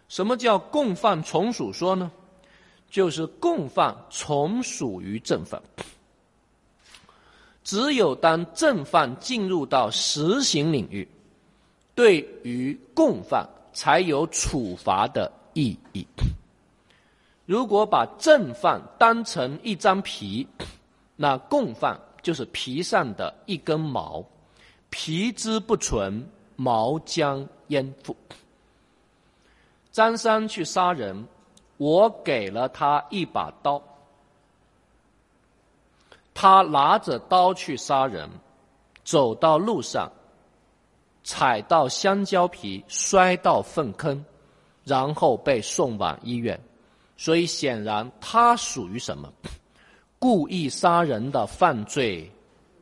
什么叫共犯从属说呢？就是共犯从属于正犯，只有当正犯进入到实行领域，对于共犯才有处罚的意义。如果把正犯当成一张皮，那共犯就是皮上的一根毛，皮之不存，毛将焉附。张三去杀人，我给了他一把刀，他拿着刀去杀人，走到路上，踩到香蕉皮，摔到粪坑，然后被送往医院。所以显然他属于什么？故意杀人的犯罪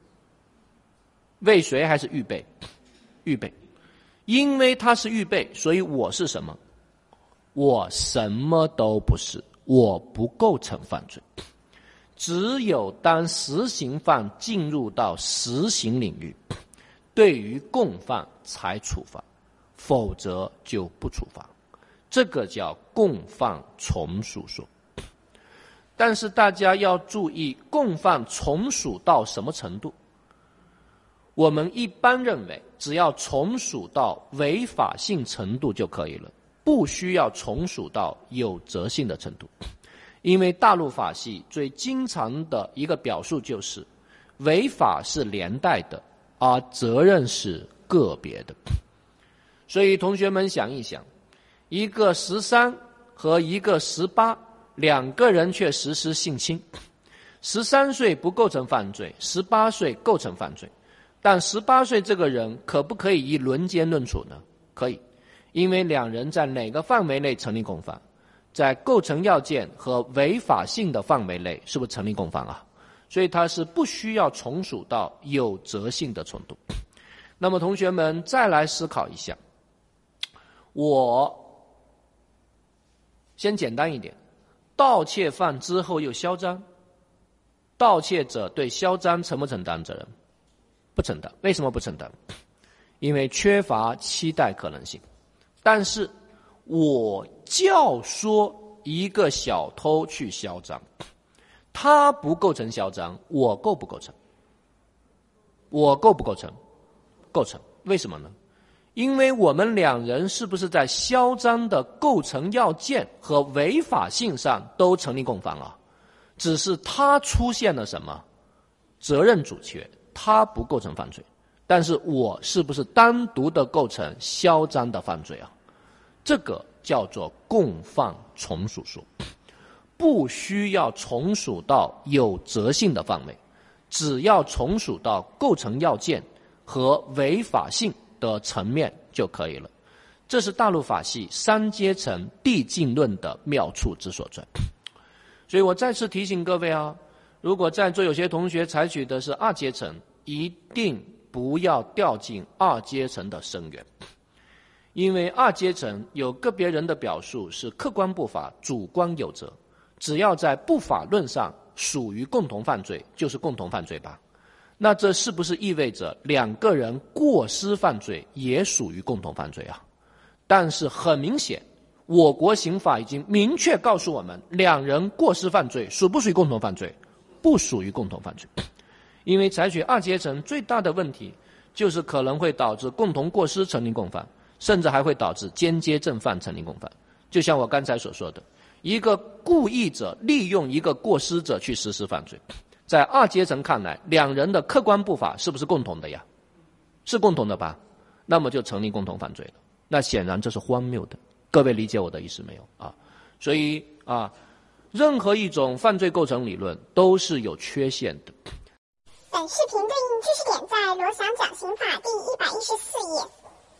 未遂还是预备？预备。因为他是预备，所以我是什么？我什么都不是，我不构成犯罪。只有当实行犯进入到实行领域，对于共犯才处罚，否则就不处罚。这个叫共犯从属说。但是大家要注意，共犯从属到什么程度？我们一般认为，只要从属到违法性程度就可以了，不需要从属到有责性的程度。因为大陆法系最经常的一个表述就是，违法是连带的，而责任是个别的。所以同学们想一想，一个13和一个18，两个人却实施性侵，13岁不构成犯罪，18岁构成犯罪。但18岁这个人可不可以以轮奸论处呢？可以，因为两人在哪个范围内成立共犯？在构成要件和违法性的范围内，是不是成立共犯啊？所以它是不需要从属到有责性的程度。那么同学们再来思考一下，我先简单一点，盗窃犯之后又嚣张，盗窃者对嚣张承不承担责任？不承担。为什么不承担？因为缺乏期待可能性。但是我教唆一个小偷去嚣张，他不构成嚣张，我构不构成？我构不构成？构成。为什么呢？因为我们两人是不是在嚣张的构成要件和违法性上都成立共犯啊？只是他出现了什么责任阻却，他不构成犯罪，但是我是不是单独的构成嚣张的犯罪啊？这个叫做共犯从属说，不需要从属到有责性的范围，只要从属到构成要件和违法性的层面就可以了。这是大陆法系3阶层递进论的妙处之所在。所以我再次提醒各位啊，如果在座有些同学采取的是2阶层，一定不要掉进2阶层的深渊。因为2阶层有个别人的表述是客观不法，主观有责，只要在不法论上属于共同犯罪，就是共同犯罪吧？那这是不是意味着两个人过失犯罪也属于共同犯罪啊？但是很明显，我国刑法已经明确告诉我们，两人过失犯罪属不属于共同犯罪？不属于共同犯罪。因为采取2阶层最大的问题就是可能会导致共同过失成立共犯，甚至还会导致间接正犯成立共犯。就像我刚才所说的，一个故意者利用一个过失者去实施犯罪，在2阶层看来，两人的客观不法是不是共同的呀？是共同的吧？那么就成立共同犯罪了。那显然这是荒谬的。各位理解我的意思没有啊？所以啊，任何一种犯罪构成理论都是有缺陷的。 本视频对应知识点在罗翔讲刑法第114页。